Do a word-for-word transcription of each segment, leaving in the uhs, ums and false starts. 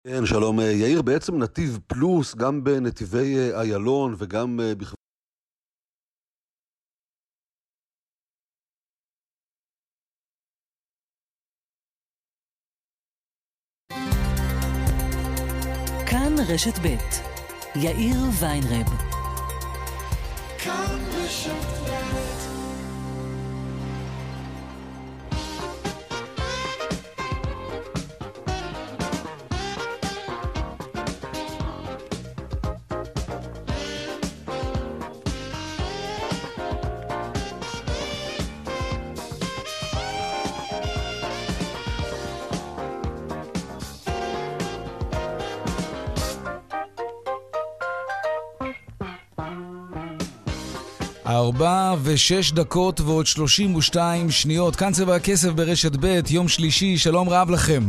כן, שלום יאיר. בעצם נתיב פלוס, גם בנתיבי איילון וגם בכ... כאן רשת ב' יאיר ויינרב. כאן רשת ב'. ארבע ושש דקות ועוד שלושים ושתיים שניות. כאן צבע הכסף ברשת ב', יום שלישי, שלום רב לכם.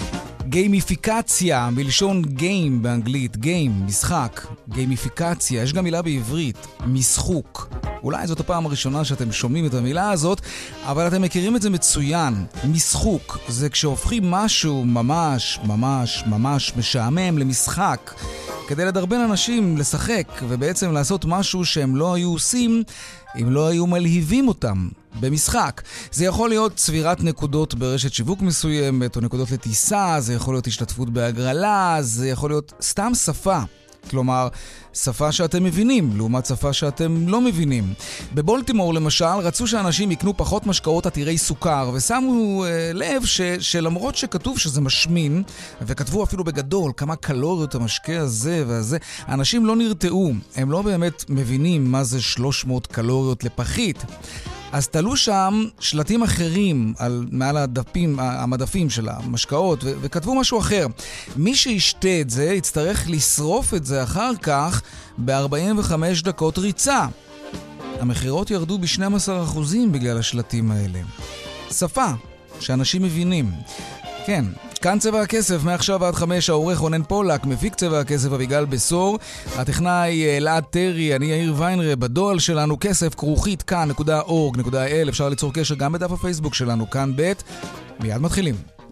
גיימיפיקציה, מלשון גיים באנגלית, גיים, משחק, גיימיפיקציה, יש גם מילה בעברית, משחוק. אולי זאת הפעם הראשונה שאתם שומעים את המילה הזאת, אבל אתם מכירים את זה מצוין. משחוק, זה כשהופכים משהו ממש, ממש, ממש משעמם למשחק. כדי לדרבן אנשים לשחק ובעצם לעשות משהו שהם לא היו עושים אם לא היו מלהיבים אותם במשחק. זה יכול להיות צבירת נקודות ברשת שיווק מסוימת או נקודות לטיסה, זה יכול להיות השתתפות בהגרלה, זה יכול להיות סתם שפה. כלומר, שפה שאתם מבינים, לעומת שפה שאתם לא מבינים. בבולטימור למשל, רצו שאנשים יקנו פחות משקאות עתירי סוכר, ושמו אה, לב ש, שלמרות שכתוב שזה משמין, וכתבו אפילו בגדול כמה קלוריות המשקה הזה והזה, אנשים לא נרתעו, הם לא באמת מבינים מה זה שלוש מאות קלוריות לפחית. אז תלו שם שלטים אחרים על מעל הדפים, המדפים של המשקאות, ו- וכתבו משהו אחר. מי שישתה את זה יצטרך לשרוף את זה אחר כך ב-ארבעים וחמש דקות ריצה. המחירות ירדו ב-שנים עשר אחוז בגלל השלטים האלה. שפה שאנשים מבינים. כן, כאן צבע הכסף, מעכשיו עד חמש, העורך רונן פולק, מפיק צבע הכסף אביגל בסור, הטכנאי אלעד טרי, אני יאיר ויינרב, בדואל שלנו כסף כרוכית כאן נקודה אורג נקודה איי אל, אפשר ליצור קשר גם בדף הפייסבוק שלנו, כאן ב', מיד מתחילים.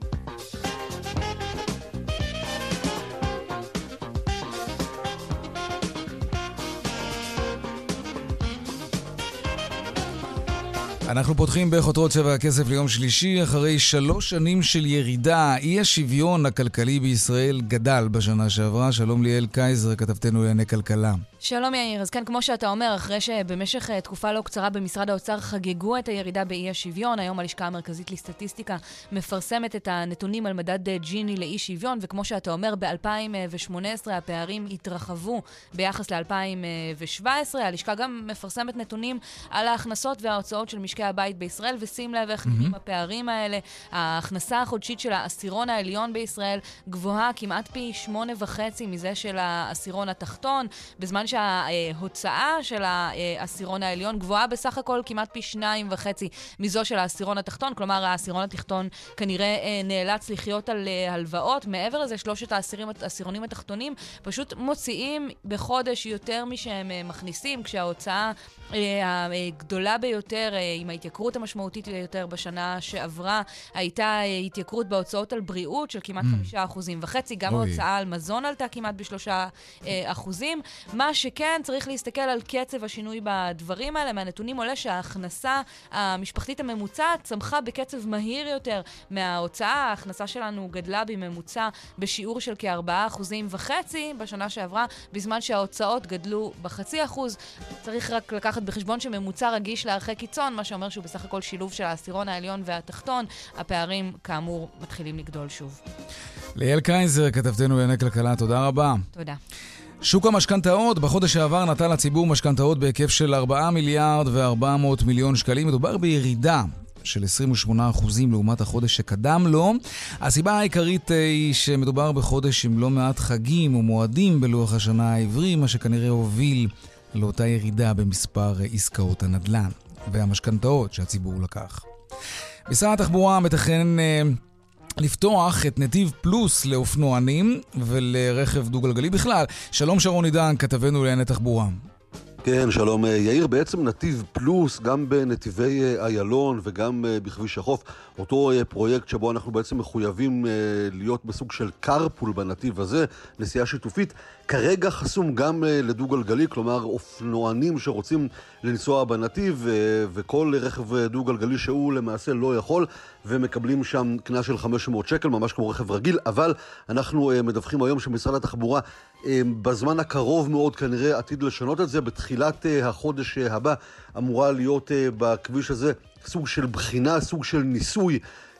אנחנו פותחים בחותרות צבע הכסף ליום שלישי, אחרי שלוש שנים של ירידה. אי השוויון הכלכלי בישראל גדל בשנה שעברה. שלום ליאל קייזר, כתבתנו לענייני כלכלה. שלום יאיר, אז כן, כמו שאתה אומר, אחרי שבמשך תקופה לא קצרה במשרד האוצר חגגו את הירידה באי השוויון, היום הלשכה המרכזית לסטטיסטיקה מפרסמת את הנתונים על מדד ג'יני לאי שוויון, וכמו שאתה אומר, ב-אלפיים ושמונה עשרה הפערים התרחבו ביחס ל-אלפיים שבע עשרה. הלשכה גם מפרסמת נתונים על ההכנסות וההוצאות של משקי הבית בישראל, ושים לב איך נראים mm-hmm. הפערים האלה. ההכנסה החודשית של העשירון העליון בישראל גבוהה כמעט פי שמונה וחצי מזה של העשירון התחתון, בזמן שההוצאה של העשירון העליון גבוהה בסך הכל כמעט פי שניים וחצי מזו של העשירון התחתון. כלומר, העשירון התחתון כנראה נאלץ לחיות על הלוואות. מעבר לזה, שלושת העשירונים התחתונים פשוט מוציאים בחודש יותר משהם מכניסים, כשההוצאה הגדולה ביותר, עם ההתייקרות המשמעותית ביותר בשנה שעברה, הייתה התייקרות בהוצאות על בריאות של כמעט חמישה אחוזים וחצי, גם ההוצאה על מזון עלתה כמעט בשלושה אחוזים. מה שכן, צריך להסתכל על קצב השינוי בדברים האלה. מהנתונים עולה שההכנסה המשפחתית הממוצעת צמחה בקצב מהיר יותר מההוצאה. ההכנסה שלנו גדלה בממוצע בשיעור של כארבעה אחוזים וחצי בשנה שעברה, בזמן שההוצאות גדלו בחצי אחוז. צריך רק לקחת בחשבון שממוצע רגיש לערכי קיצון, מה שאומר שהוא בסך הכל שילוב של העשירון העליון והתחתון. הפערים כאמור מתחילים לגדול שוב. ליאל קייזר, כתבתנו לענייני כלכלה, תודה רבה. תודה. שוק המשכנתאות בחודש שעבר נתן לציבור משכנתאות בהיקף של ארבעה מיליארד וארבע מאות מיליון שקלים. מדובר בירידה של עשרים ושמונה אחוז לעומת החודש שקדם לו. הסיבה העיקרית היא שמדובר בחודש עם לא מעט חגים ומועדים בלוח השנה העברי, מה שכנראה הוביל לאותה ירידה במספר עסקאות הנדל"ן והמשכנתאות שהציבור לקח. משרד התחבורה מתכנן לפתוח את נתיב פלוס לאופנוענים ולרכב דו-גלגלי בכלל. שלום שרון עידן, כתבנו לענייני תחבורה. כן, שלום יאיר. בעצם נתיב פלוס, גם בנתיבי איילון וגם בכביש החוף, אותו פרויקט שבו אנחנו בעצם מחויבים להיות בסוג של קרפול בנתיב הזה, נסיעה שיתופית, כרגע חסום גם לדו גלגלי, כלומר אופנוענים שרוצים לנסוע בנתיב, וכל רכב דו גלגלי שהוא למעשה לא יכול, ומקבלים שם קנס של חמש מאות שקל, ממש כמו רכב רגיל. אבל אנחנו מדווחים היום שמשרד התחבורה בזמן הקרוב מאוד כנראה עתיד לשנות את זה. בתחילת החודש הבא אמורה להיות בכביש הזה סוג של בחינה, סוג של ניסוי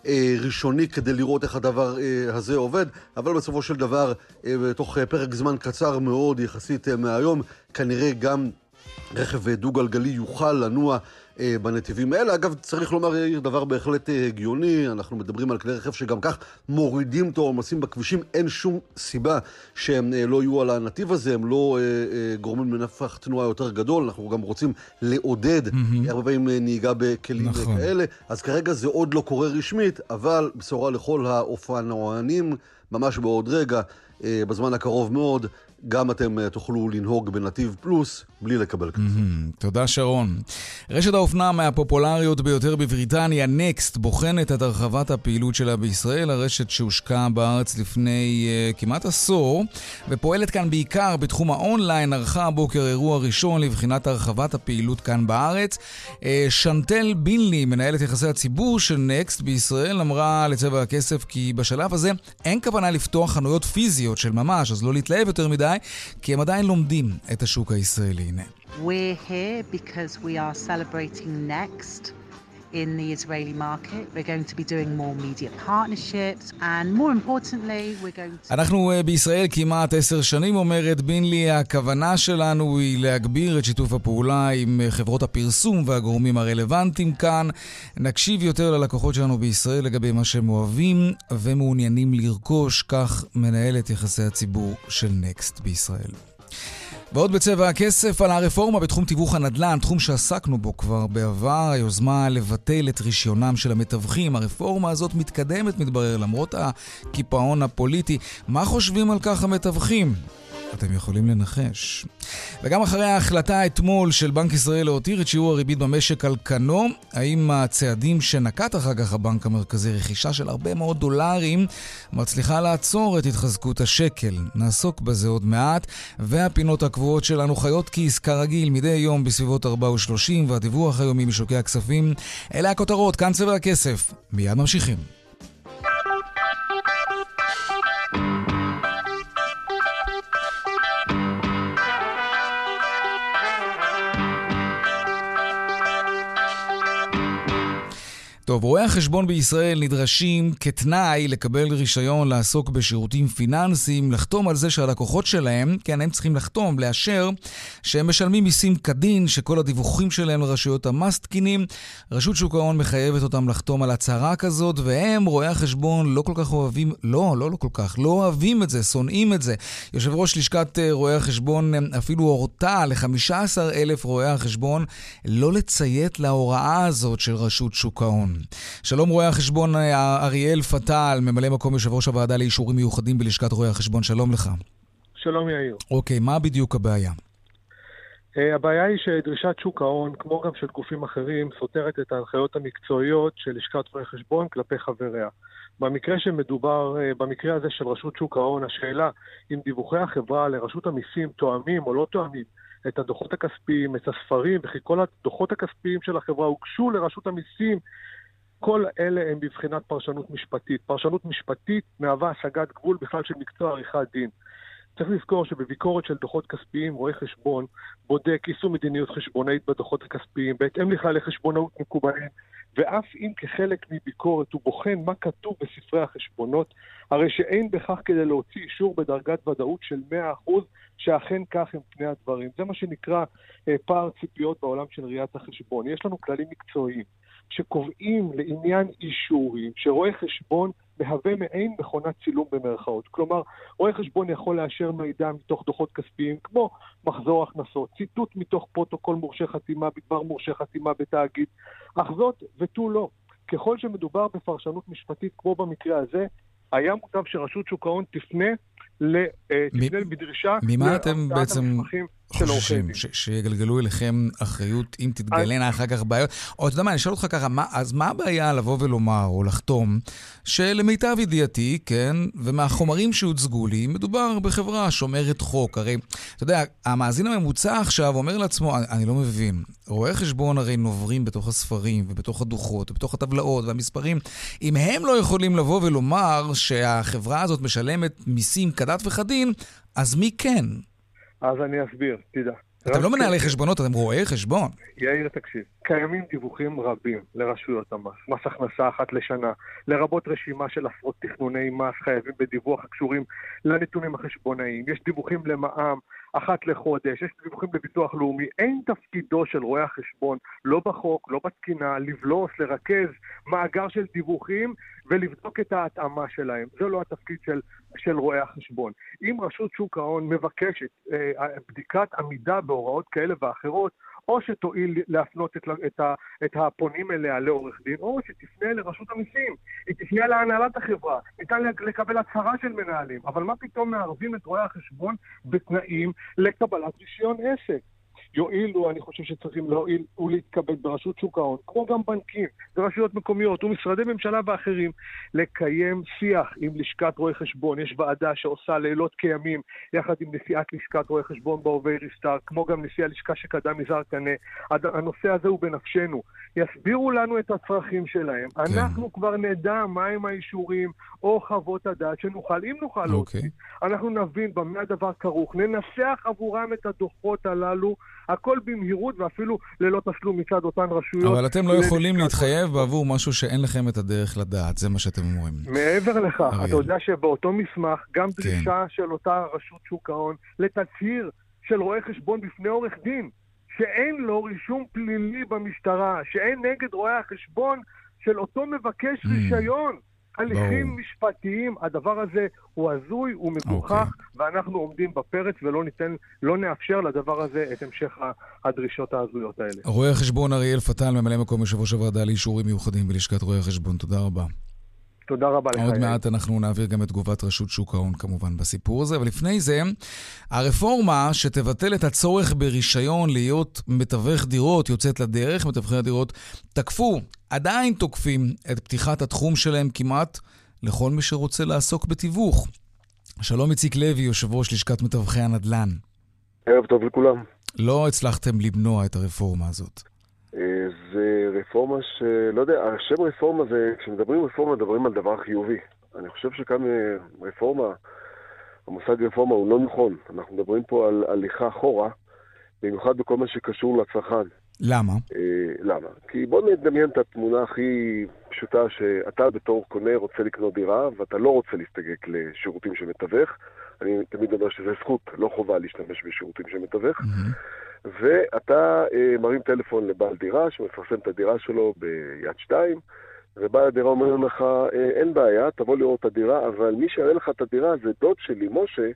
ראשוני כדי לראות איך הדבר הזה עובד, אבל בסופו של דבר בתוך פרק זמן קצר מאוד יחסית מהיום כנראה גם רכב דו גלגלי יוכל לנוע בנתיבים האלה. אגב, צריך לומר, יאיר, דבר בהחלט הגיוני. אנחנו מדברים על כלי רכב שגם כך מורידים את העומסים בכבישים. אין שום סיבה שהם לא יהיו על הנתיב הזה, הם לא גורמים לנפח תנועה יותר גדול. אנחנו גם רוצים לעודד mm-hmm. הרבה פעמים נהיגה בכלים נכון. כאלה. אז כרגע זה עוד לא קורה רשמית, אבל בשורה לכל האופנוענים, ממש בעוד רגע, בזמן הקרוב מאוד, גם אתם תוכלו לנהוג בנתיב פלוס בלי לקבל כסף. תודה שרון. רשת האופנה מהפופולריות ביותר בבריטניה, נקסט, בוחנת את הרחבת הפעילות שלה בישראל, הרשת שהושקעה בארץ לפני uh, כמעט עשור, ופועלת כאן בעיקר בתחום האונליין. ערכה הבוקר אירוע ראשון לבחינת הרחבת הפעילות כאן בארץ. Uh, שנטל בינלי, מנהלת יחסי הציבור של נקסט בישראל, אמרה לצבע הכסף כי בשלב הזה אין כוונה לפתוח חנויות פיזיות של ממש, אז לא להתלהב יותר מדי, כי הם עדיין לומדים את השוק הישראלי. הנה. We're here because we are celebrating Next in the Israeli market. We're going to be doing more media partnerships and more importantly we're going to... אנחנו בישראל כמעט עשר שנים, אומרת בינלי. הכוונה שלנו היא להגביר את שיתוף הפעולה עם חברות הפרסום והגורמים הרלוונטיים כאן. נקשיב יותר ללקוחות שלנו בישראל לגבי מה שהם אוהבים ומעוניינים לרכוש, כך מנהלת יחסי הציבור של נקסט בישראל. ועוד בצבע הכסף על הרפורמה בתחום תיווך הנדל"ן, תחום שעסקנו בו כבר בעבר, היוזמה לבטל את רישיונם של המתווכים. הרפורמה הזאת מתקדמת, מתברר, למרות הקיפאון הפוליטי. מה חושבים על כך המתווכים? אתם יכולים לנחש. וגם אחרי ההחלטה אתמול של בנק ישראל להותיר את שיעור הריבית במשק על כנו, האם הצעדים שנקט אחר כך הבנק המרכזי, רכישה של הרבה מאוד דולרים, מצליחה לעצור את התחזקות השקל? נעסוק בזה עוד מעט. והפינות הקבועות שלנו חיות כיס כרגיל מדי יום בסביבות ארבע ושלושים, והדיווח היומי משוקי הכספים. אלה הכותרות, כאן צבע הכסף. מיד ממשיכים. טוב, רואי החשבון בישראל נדרשים כתנאי לקבל רישיון לעסוק בשירותים פיננסיים, לחתום על זה שהלקוחות שלהם, כן, הם צריכים לחתום, לאשר שהם משלמים מיסים כדין, שכל הדיווחים שלהם לרשויות המס תקינים. רשות שוק ההון מחייבת אותם לחתום על הצהרה כזאת, והם, רואי החשבון, לא כל כך אוהבים, לא, לא, לא כל כך, לא אוהבים את זה, שונאים את זה. יושב ראש לשכת רואי החשבון אפילו הורתה ל-חמישה עשר אלף רואי החשבון לא לציית להוראה הזאת של רשות שוק ההון. שלום רואה החשבון אריאל פטל, ממלא מקום יושב ראש הוועדה לאישורים מיוחדים בלשכת רואי החשבון, שלום לך. שלום יאיר. אוקיי, מה בדיוק הבעיה? הבעיה היא שדרישת שוק ההון, כמו גם של גופים אחרים, סותרת את ההנחיות המקצועיות של לשכת רואי חשבון כלפי חבריה. במקרה שמדובר, במקרה הזה של רשות שוק ההון, השאלה אם דיווחי החברה לרשות המיסים תואמים או לא תואמים את הדוחות הכספיים, את הספרים וכי כל הדוחות הכספיים של החברה הוגשו לרשות המיסים, כל אלה הם בבחינת פרשנות משפטית. פרשנות משפטית מהווה השגת גבול בכלל של מקצוע עריכת דין. צריך לזכור שבביקורת של דוחות כספיים, רואה חשבון בודק יישום מדיניות חשבונאית בדוחות הכספיים, בהתאם לכללי חשבונאות מקובלים, ואף אם כחלק מביקורת הוא בוחן מה כתוב בספרי החשבונות, הרי שאין בכך כדי להוציא אישור בדרגת ודאות של מאה אחוז שאכן כך הם פני הדברים. זה מה שנקרא אה, פער ציפיות בעולם של ראיית החשבון. יש לנו כללים מקצועיים שקובעים לעניין אישורים שרואה חשבון מהווה מעין מכונת צילום במרכאות. כלומר, רואה חשבון יכול לאשר מידע מתוך דוחות כספיים, כמו מחזור הכנסות, ציטוט מתוך פרוטוקול מורשה חתימה בדבר מורשה חתימה בתאגיד, אך זאת ותו לא. ככל שמדובר בפרשנות משפטית, כמו במקרה הזה, היה מוטב שרשות שוק ההון תפנה, תפנה בדרישה ממה אתם בעצם חוששים שיגלגלו אליכם אחריות אם תתגלנה אחר כך בעיות? או אתה יודע מה, אני אשאל אותך ככה, אז מה הבעיה לבוא ולומר או לחתום שלמיטב ידיעתי, כן, ומהחומרים שהוצגו לי, מדובר בחברה שומרת חוק. הרי, אתה יודע, המאזין הממוצע עכשיו אומר לעצמו, אני לא מבין, רואי חשבון הרי נוברים בתוך הספרים ובתוך הדוחות ובתוך הטבלאות והמספרים. אם הם לא יכולים לבוא ולומר שהחברה הזאת משלמת מיסים כדת וכדין, אז מי כן? אז אני אסביר, תדע. אתם לא מנהלי חשבונות, אתם רואי חשבון. יאיר, תקשיב. קיימים דיווחים רבים לרשויות המס, מס הכנסה אחת לשנה, לרבות רשימה של עשרות תכנוני מס חייבים בדיווח הקשורים לנתונים החשבונאיים. יש דיווחים למע"מ אחת לחודש, יש דיווחים לביטוח לאומי. אין תפקידו של רואי החשבון, לא בחוק, לא בתקינה, לבלוס, לרכז מאגר של דיווחים ולבדוק את ההתאמה שלהם. זה לא התפקיד של, של רואי החשבון. אם רשות שוק ההון מבקשת אה, בדיקת עמידה בהוראות כאלה ואחרות, או שתועיל להפנות את, את, ה, את הפונים אליה לעורך דין, או שתפנה לרשות המיסים, היא תפנה להנהלת החברה, ניתן לקבל הצהרה של מנהלים, אבל מה פתאום מערבים את רואי החשבון בתנאים לקבלת רישיון עסק? יועילו, אני חושב שצריכים להועיל ולהתקבל ברשות שוק ההון, כמו גם בנקים, ורשויות מקומיות ומשרדי ממשלה ואחרים, לקיים שיח עם לשכת רואי חשבון. יש ועדה שעושה לילות כימים, יחד עם נשיאת לשכת רואי חשבון בהווה ריסטאר, כמו גם נשיא הלשכה שקדם מזר קנה. הנושא הזה הוא בנפשנו. יסבירו לנו את הצרכים שלהם. כן. אנחנו כבר נדע מהם האישורים או חוות הדעת שנוכל, אם נוכל okay. להוציא. אנחנו נבין במה הדבר כרוך, ננסח עבורם את הדוחות הללו, הכל במהירות ואפילו ללא תשלום מצד אותן רשויות. אבל אתם לא יכולים להתחייב בעבור משהו שאין לכם את הדרך לדעת, זה מה שאתם אומרים. מעבר לכך, אתה יודע שבאותו מסמך גם דרישה כן. של אותה רשות שוק ההון לתצהיר של רואה חשבון בפני עורך דין, שאין לו רישום פלילי במשטרה, שאין נגד רואה החשבון של אותו מבקש mm. רישיון. הליכים משפטיים, הדבר הזה הוא הזוי, הוא מגוחך, okay. ואנחנו עומדים בפרץ ולא ניתן, לא נאפשר לדבר הזה את המשך הדרישות ההזויות האלה. רואה החשבון אריאל פטל, ממלא מקום יושב ראש הוועדה לאישורים מיוחדים בלשכת רואי החשבון, תודה רבה. תודה רבה לך. עוד מעט אנחנו נעביר גם את תגובת רשות שוק ההון כמובן בסיפור הזה, אבל לפני זה, הרפורמה שתבטל את הצורך ברישיון להיות מתווך דירות יוצאת לדרך. מתווכי הדירות תקפו, עדיין תוקפים את פתיחת התחום שלהם כמעט לכל מי שרוצה לעסוק בתיווך. שלום איציק לוי, יושב ראש לשכת מתווכי הנדל"ן. ערב טוב לכולם. לא הצלחתם למנוע את הרפורמה הזאת. זה רפורמה שלא יודע, השם רפורמה זה, כשמדברים רפורמה מדברים על דבר חיובי. אני חושב שכאן רפורמה, המושג רפורמה הוא לא נכון. אנחנו מדברים פה על הליכה אחורה, במיוחד בכל מה שקשור לצרכן. למה? אה, למה? כי בוא נדמיין את התמונה הכי פשוטה, שאתה בתור קונה רוצה לקנות דירה, ואתה לא רוצה להסתגק לשירותים של מתווך. אני תמיד אומר שזה זכות, לא חובה להשתמש בשירותים של מתווך. Mm-hmm. ואתה אה, מרים טלפון לבעל דירה, שמפרסם את הדירה שלו ביד שתיים, ובעל הדירה אומר לך, אה, אין בעיה, תבוא לראות את הדירה, אבל מי שיראה לך את הדירה זה דוד שלי, משה,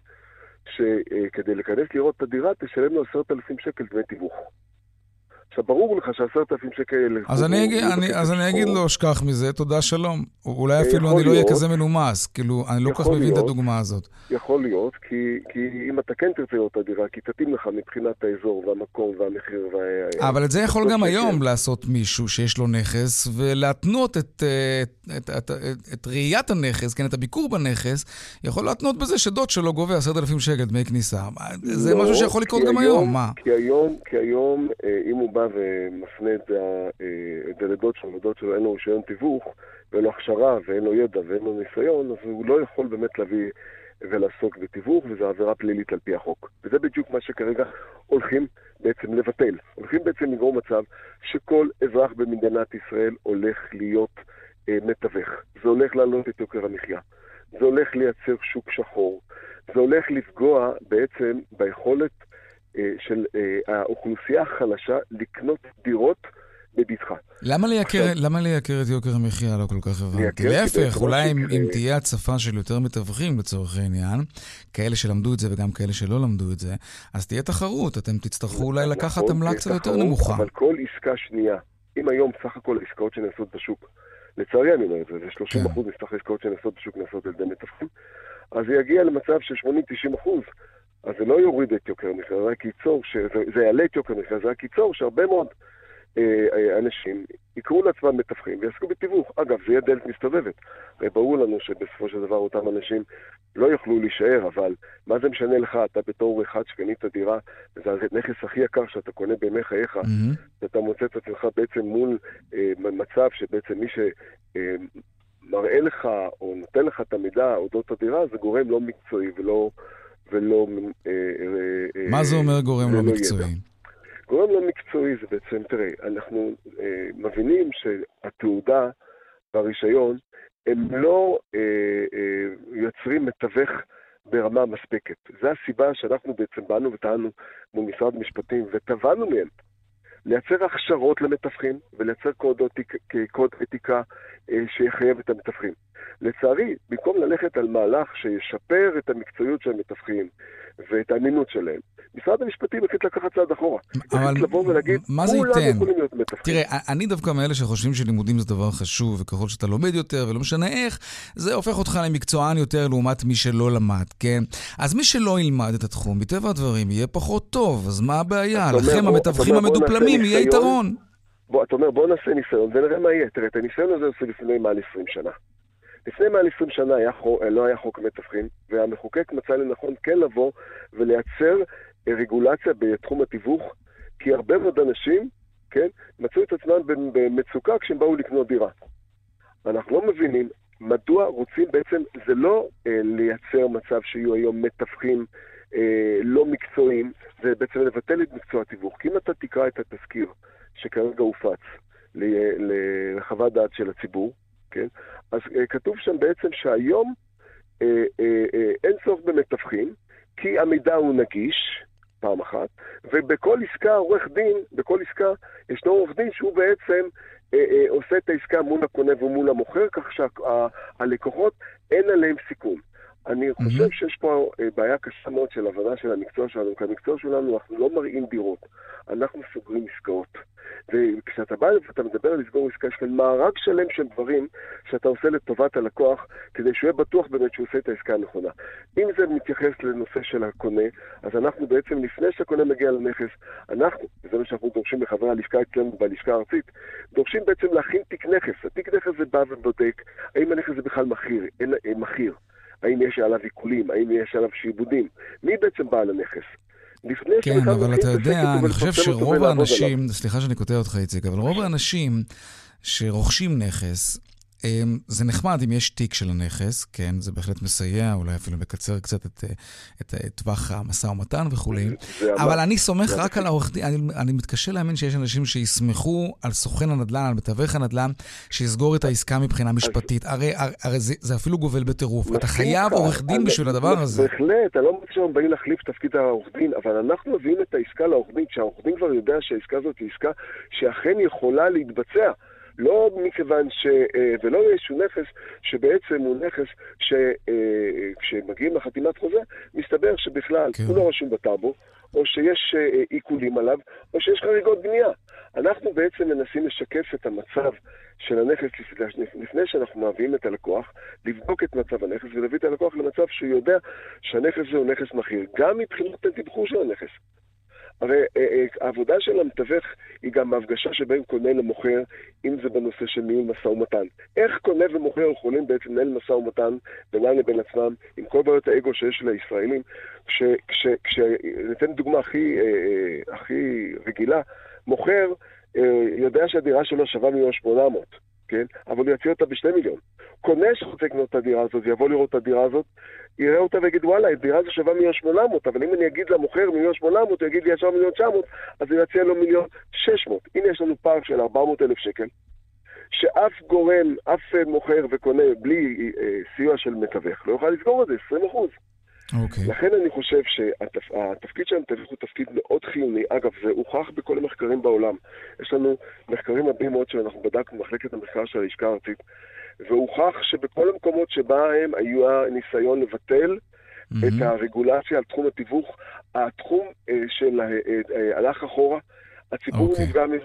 שכדי להיכנס לראות את הדירה, תשלם לו עשרת אלפים שקל דמי תיווך. עכשיו, ברור לך שעשרת אלפים שקל... אז אני אגיד, אני, אז אני אגיד לו, שכח מזה, תודה שלום. אולי אפילו אני לא אהיה כזה מנומס, כאילו, אני לא כך מבין את הדוגמה הזאת. יכול להיות, כי, כי אם אתה כן תרצה לראות את הדירה, כי תתאים לך מבחינת האזור והמקום והמחיר וה... אבל את זה יכול גם היום לעשות מישהו שיש לו נכס, ולהתנות את, את, את, את, את, את ראיית הנכס, כן, את הביקור בנכס, יכול להתנות בזה שדוד שלו גובה עשרת אלפים שקל דמי כניסה. זה משהו שיכול לקרות גם היום, מה? כי היום, כי היום, אם הוא בא ומפנה את זה לדוד שלו, ודוד שלו אין לו רישיון תיווך, ואין לו הכשרה, ואין לו ידע, ואין לו ניסיון, אז הוא לא יכול באמת להביא ולעסוק בתיווך, וזו עבירה פלילית על פי החוק. וזה בדיוק מה שכרגע הולכים בעצם לבטל. הולכים בעצם לגרום מצב שכל אזרח במדינת ישראל הולך להיות אה, מתווך. זה הולך לעלות את יוקר המחיה. זה הולך לייצר שוק שחור. זה הולך לפגוע בעצם ביכולת של האוכלוסייה החלשה לקנות דירות בביטחה. למה לייקר, למה לייקר את יוקר המחיה? לא כל כך הבנתי. להפך, אולי אם תהיה הצפה של יותר מתווכים לצורך העניין, כאלה שלמדו את זה וגם כאלה שלא למדו את זה, אז תהיה תחרות, אתם תצטרכו אולי לקחת עמלה קצת יותר נמוכה. אבל כל עסקה שנייה, אם היום סך הכל העסקאות שנעשות בשוק, לצערי אני אומר את זה, זה שלושים אחוז מסך העסקאות שנעשות בשוק נעשות על ידי מתווכים, אז זה יגיע למצב של שמונים עד תשעים אחוז אז זה לא יוריד את יוקר המחיה, זה רק ייצור, שזה, זה יעלה את יוקר המחיה, זה רק ייצור שהרבה מאוד אה, אה, אנשים יקראו לעצמם מתווכים ויעסקו בתיווך. אגב, זה יהיה דלת מסתובבת. ברור לנו שבסופו של דבר אותם אנשים לא יוכלו להישאר, אבל מה זה משנה לך? אתה בתור אחד שקנית דירה, וזה הנכס הכי יקר שאתה קונה בימי חייך, mm-hmm. ואתה מוצא את עצמך בעצם מול אה, מצב שבעצם מי שמראה אה, לך או נותן לך את המידע אודות הדירה, זה גורם לא מקצועי ולא... ולא... אה, אה, מה זה אומר גורם לא מקצועי? ידע. גורם לא מקצועי זה בעצם, תראה, אנחנו אה, מבינים שהתעודה והרישיון הם לא אה, אה, יוצרים מתווך ברמה מספקת. זו הסיבה שאנחנו בעצם באנו וטענו מול משרד המשפטים וטבענו מהם לייצר הכשרות למתווכים ולייצר קוד, קוד אתיקה אה, שיחייב את המתווכים. לצערי, במקום ללכת על מהלך שישפר את המקצועיות של המתווכים ואת האמינות שלהם, משרד המשפטים החליט לקחת צעד אחורה. אבל לבוא ולהגיד, מה זה ייתן? תראה, אני דווקא מאלה שחושבים שלימודים זה דבר חשוב, וככל שאתה לומד יותר ולא משנה איך, זה הופך אותך למקצוען יותר לעומת מי שלא למד, כן? אז מי שלא ילמד את התחום, מטבע הדברים, יהיה פחות טוב, אז מה הבעיה? לכם המתווכים המדופלמים יהיה יתרון. בוא, אתה אומר, בוא נעשה ניסיון ונראה מה יהיה. תראה, את הניסיון הזה עושה לפני מעל עשרים שנה. לפני מעל עשרים שנה היה חוק, לא היה חוק מתווכים, והמחוקק מצא לנכון כן לבוא ולייצר רגולציה בתחום התיווך, כי הרבה מאוד אנשים, כן, מצאו את עצמם במצוקה כשהם באו לקנות דירה. אנחנו לא מבינים מדוע רוצים בעצם, זה לא אה, לייצר מצב שיהיו היום מתווכים אה, לא מקצועיים, זה בעצם לבטל את מקצוע התיווך. כי אם אתה תקרא את התזכיר שכרגע הופץ לחוות דעת של הציבור, כן, אז אה, כתוב שם בעצם שהיום אה, אה, אה, אין צורך במתווכים, כי המידע הוא נגיש, פעם אחת, ובכל עסקה עורך דין, בכל עסקה ישנו עורך דין שהוא בעצם אה, אה, עושה את העסקה מול הקונה ומול המוכר, כך שהלקוחות אין עליהם סיכון. אני חושב mm-hmm. שיש פה אה, בעיה קשה מאוד של הבנה של המקצוע שלנו, כי המקצוע שלנו אנחנו לא מראים דירות, אנחנו סוגרים עסקאות. וכשאתה בא ואתה מדבר על לסגור עסקה, יש כאן מארג שלם של דברים שאתה עושה לטובת הלקוח, כדי שהוא יהיה בטוח באמת שהוא עושה את העסקה הנכונה. אם זה מתייחס לנושא של הקונה, אז אנחנו בעצם לפני שהקונה מגיע לנכס, אנחנו, וזה מה שאנחנו דורשים לחברי הלשכה אצלנו בלשכה הארצית, דורשים בעצם להכין תיק נכס. התיק נכס זה בא ובודק, האם הנכס זה בכלל מחיר, אין, אין מחיר, האם יש עליו עיקולים, האם יש עליו שיבודים, מי בעצם בעל הנכס? כן, אבל אתה יודע, אני חושב שרוב האנשים, סליחה שאני קוטע אותך איציק, אבל רוב האנשים שרוכשים נכס, זה נחמד אם יש תיק של הנכס, כן, זה בהחלט מסייע, אולי אפילו מקצר קצת את, את, את טווח המשא ומתן וכו'. אבל אני סומך רק על העורך דין, אני, אני מתקשה להאמין שיש אנשים שיסמכו על סוכן הנדל"ן, על מתווך הנדל"ן, שיסגור את העסקה מבחינה משפטית. הרי, הרי זה, זה אפילו גובל בטירוף. אתה חייב עורך דין בשביל הדבר הזה. בהחלט, אני לא מוצא שהם באים להחליף תפקיד העורך דין, אבל אנחנו מביאים את העסקה לעורך דין, שהעורך דין כבר יודע שהעסקה הזאת היא עסקה שאכן יכולה להתבצע. לא מכיוון ש... ולא איזשהו נכס שבעצם הוא נכס שכשמגיעים לחתימת חוזה, מסתבר שבכלל הוא לא רשום בטאבו, או שיש עיקולים עליו, או שיש חריגות בנייה. אנחנו בעצם מנסים לשקף את המצב של הנכס לפני שאנחנו מביאים את הלקוח, לבדוק את מצב הנכס ולהביא את הלקוח למצב שהוא יודע שהנכס זה הוא נכס מחיר, גם מבחינת התמחור של הנכס. הרי העבודה של המתווך היא גם ההפגשה שבין קונה למוכר, אם זה בנושא של ניהול משא ומתן. איך קונה ומוכר יכולים בעצם לנהל משא ומתן בינם לבין עצמם, עם כל בעיות האגו שיש לישראלים, כשניתן דוגמה הכי, הכי רגילה, מוכר יודע שהדירה שלו שווה מיליון שמונה מאות, כן? אבל הוא יציע אותה בשני מיליון. קונה שרוצה לקנות את הדירה הזאת, יבוא לראות את הדירה הזאת, יראה אותה ויגיד, וואלה, הדירה הזו שווה מיליון שמונה מאות, אבל אם אני אגיד למוכר מיליון שמונה מאות, הוא יגיד לי ישר מיליון תשע מאות, אז אני אציע לו מיליון שש מאות. הנה יש לנו פער של ארבע מאות אלף שקל, שאף גורם, אף מוכר וקונה בלי אה, סיוע של מתווך, לא יוכל לסגור את זה, עשרים אחוז. Okay. לכן אני חושב שהתפקיד של המתווך הוא תפקיד מאוד חיוני. אגב, זה הוכח בכל המחקרים בעולם. יש לנו מחקרים רבים מאוד שאנחנו בדקנו במחלקת המחקר של הלשכה הארצית, והוכח שבכל המקומות שבה הם היו ניסיון לבטל mm-hmm. את הרגולציה על תחום התיווך, התחום אה, של אה, אה, הלך אחורה, הציבור okay. נפגע מזה,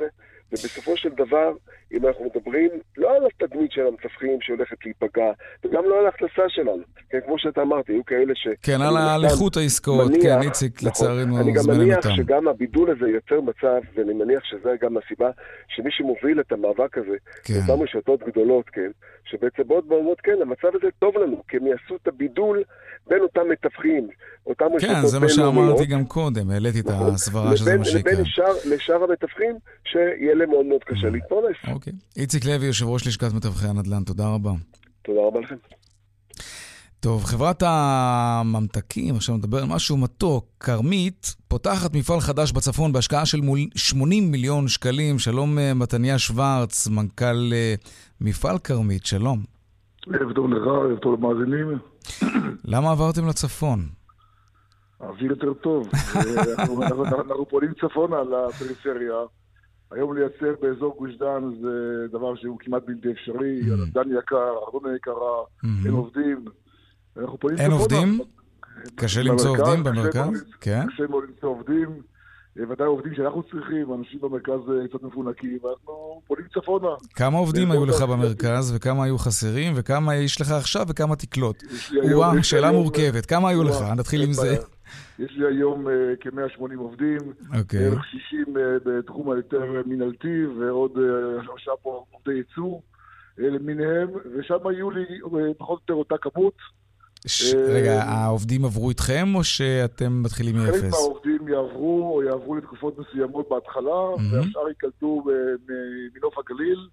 ובסופו של דבר, אם אנחנו מדברים לא על התדמית של המתווכים שהולכת להיפגע, וגם לא על ההכנסה שלנו. כן, כמו שאתה אמרת, היו כאלה ש... כן, על הליכות העסקאות, מניח, כן, איציק, לצערנו, אני גם זמננו מניח תם. שגם הבידול הזה יוצר מצב, ואני מניח שזה גם הסיבה שמי שמוביל את המאבק הזה, כן. אותם רשתות גדולות, כן, שבעצם בעוד בעוד, כן, המצב הזה טוב לנו, כי הם יעשו את הבידול בין אותם מתווכים, אותם רשתות כן, זה מה שאמרתי גם קודם, העליתי את הסברה שזה מה שיקרה. לבין לשאר המתווכים, שיהיה להם מאוד מאוד קשה להתפרנס. אוקיי. איציק לוי, יושב ראש לשכת מתווכי הנדל"ן, תודה רבה. תודה רבה לכם. טוב, חברת הממתקים, עכשיו נדבר על משהו מתוק, כרמית, פותחת מפעל חדש בצפון בהשקעה של שמונים מיליון שקלים. שלום מתניה שוורץ, מנכ"ל מפעל כרמית, שלום. ערב טוב לך, ערב טוב למאזינים. למה עברתם לצפון? האוויר יותר טוב. אנחנו, אנחנו, אנחנו פועלים צפונה לפריפריה. היום לייצר באזור גוש דן זה דבר שהוא כמעט בלתי אפשרי. דן יקר, ארנונה יקרה, אין עובדים. אין עובדים? קשה למצוא עובדים במרכז? קשה מאוד למצוא עובדים. ודאי עובדים שאנחנו צריכים, אנשים במרכז קצת מפונקים, ואנחנו פועלים צפונה. כמה עובדים היו לך במרכז, וכמה היו חסרים, וכמה יש לך עכשיו, וכמה תקלוט? וואו, שאלה מורכבת. כמה היו לך? נתחיל עם זה. יש לי היום כ-מאה ושמונים עובדים, בערך שישים בתחום היותר מנהלתי, ועוד עכשיו פה עובדי ייצור למיניהם, ושם היו לי פחות או יותר אותה כמות. רגע, העובדים עברו איתכם, או שאתם מתחילים מאפס? חלק מהעובדים יעברו, או יעברו לתקופות מסוימות בהתחלה, והשאר יקלטו מנוף הגליל,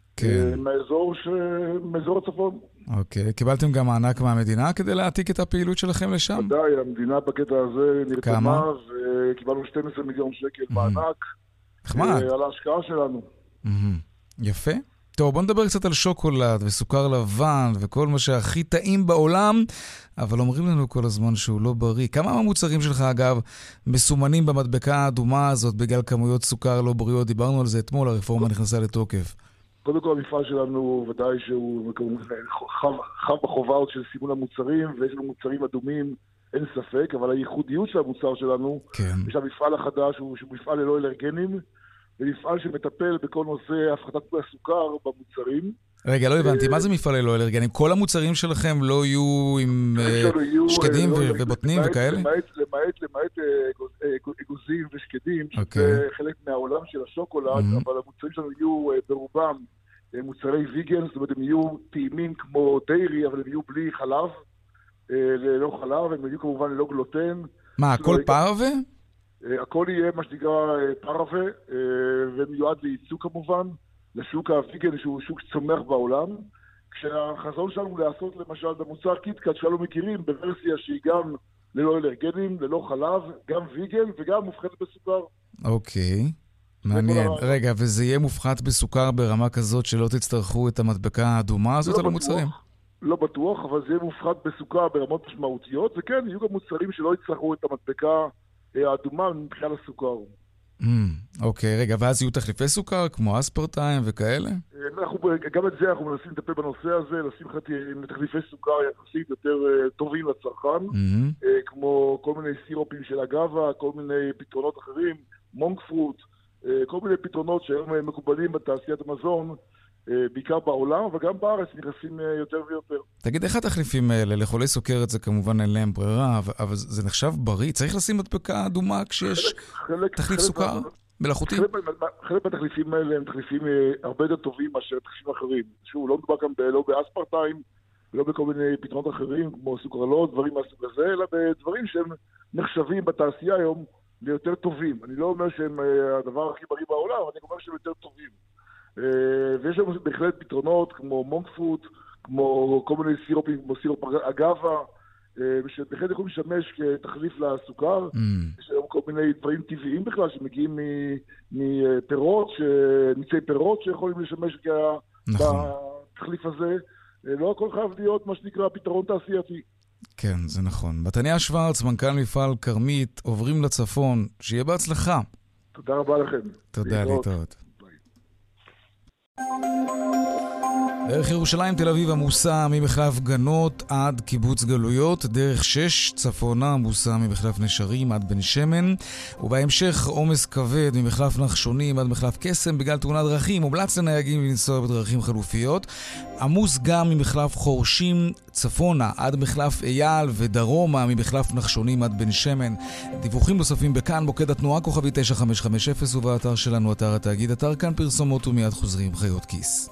מאזור הצפון. אוקיי, קיבלתם גם מענק מהמדינה כדי להעתיק את הפעילות שלכם לשם? ודאי, המדינה בקטע הזה נרתמה, וקיבלנו שנים עשר מיליון שקל מענק על ההשקעה שלנו. יפה. טוב, בוא נדבר קצת על שוקולד וסוכר לבן וכל מה שהכי טעים בעולם, אבל אומרים לנו כל הזמן שהוא לא בריא. כמה מהמוצרים שלך, אגב, מסומנים במדבקה האדומה הזאת בגלל כמויות סוכר לא בריאות? דיברנו על זה אתמול, הרפורמה נכנסה לתוקף. קודם כל, המפעל שלנו ודאי שהוא חב בחובה של סימון המוצרים, ויש לנו מוצרים אדומים, אין ספק, אבל הייחודיות של המוצר שלנו, יש המפעל החדש הוא מפעל ללא אלרגנים, ומפעל שמטפל בכל נושא הפחתת הסוכר במוצרים. רגע, לא הבנתי, מה זה מפעל ללא אלרגנים? כל המוצרים שלכם לא יהיו עם שקדים ובוטנים וכאלה? למעט אגוזים ושקדים, שזה חלק מהעולם של השוקולד, אבל המוצרים שלנו יהיו ברובם מוצרי ויגן, זאת אומרת, הם יהיו טעימים כמו דיירי, אבל הם יהיו בלי חלב, ללא חלב, הם יהיו כמובן ללא גלוטן. מה, הכל פרווה? הכל יהיה מה שנקרא פרווה, ומיועד לייצוא כמובן, לשוק הוויגן שהוא שוק צומח בעולם, כשהחזון שלנו לעשות למשל במוצר קיטקאט שלנו מכירים, בוורסיה שהיא גם ללא אלרגנים, ללא חלב, גם ויגן וגם מופחת בסוכר. אוקיי, מעניין. רגע, וזה יהיה מופחת בסוכר ברמה כזאת שלא תצטרכו את המדבקה האדומה הזאת על המוצרים? לא בטוח, אבל זה יהיה מופחת בסוכר ברמות משמעותיות, וכן, יהיו גם מוצרים שלא יצטרכו את המדבקה האדומה מבחינת הסוכר. אוקיי, רגע, ואז יהיו תחליפי סוכר, כמו אספרטיים וכאלה? גם את זה אנחנו מנסים לטפל בנושא הזה, לשים תחליפי סוכר יחסית יותר טובים לצרכן, כמו כל מיני סירופים של אגבה, כל מיני פתרונות אחרים, מונק פרוט, כל מיני פתרונות שהיום מקובלים בתעשיית המזון, בעיקר בעולם, וגם בארץ נכנסים יותר ויותר. תגיד, איך התחליפים האלה? לחולי סוכרת זה כמובן אין להם ברירה, אבל זה נחשב בריא? צריך לשים מדבקה אדומה כשיש תחליף סוכר מלאכותי? חלק מהתחליפים האלה הם תחליפים הרבה יותר טובים מאשר תחליפים אחרים. שוב, לא מדובר כאן לא באספרטיים, ולא בכל מיני פתרונות אחרים, כמו סוכרלות, דברים מהסוג הזה, אלא בדברים שהם נחשבים בתעשייה היום ליותר טובים. אני לא אומר שהם הדבר הכי בריא בעולם, אבל אני אומר שהם יותר טובים. ויש לנו בהחלט פתרונות כמו מונק פרוט, כמו כל מיני סירופים, כמו סירופ אגבה, שבהחלט יכולים לשמש כתחליף לסוכר. יש היום כל מיני דברים טבעיים בכלל שמגיעים מפירות, ניצי פירות שיכולים לשמש כתחליף הזה. לא הכל חייב להיות מה שנקרא פתרון תעשייתי. כן, זה נכון. מתניה שוורץ, מנכ"ל מפעל כרמית, עוברים לצפון. שיהיה בהצלחה. תודה רבה לכם. תודה, להתראות. דרך ירושלים תל אביב עמוסה ממחלף גנות עד קיבוץ גלויות, דרך שש צפונה עמוסה ממחלף נשרים עד בן שמן, ובהמשך עומס כבד ממחלף נחשונים עד מחלף קסם בגלל תאונת דרכים. מומלץ לנהגים לנסוע בדרכים חלופיות. עמוס גם ממחלף חורשים צפונה עד מחלף אייל ודרומה ממחלף נחשונים עד בן שמן. דיווחים נוספים בכאן מוקד התנועה כוכבי תשע חמש חמש אפס ובאתר שלנו, אתר התאגיד. אתר כאן פרסומות ומיד חוזרים חיות כיס.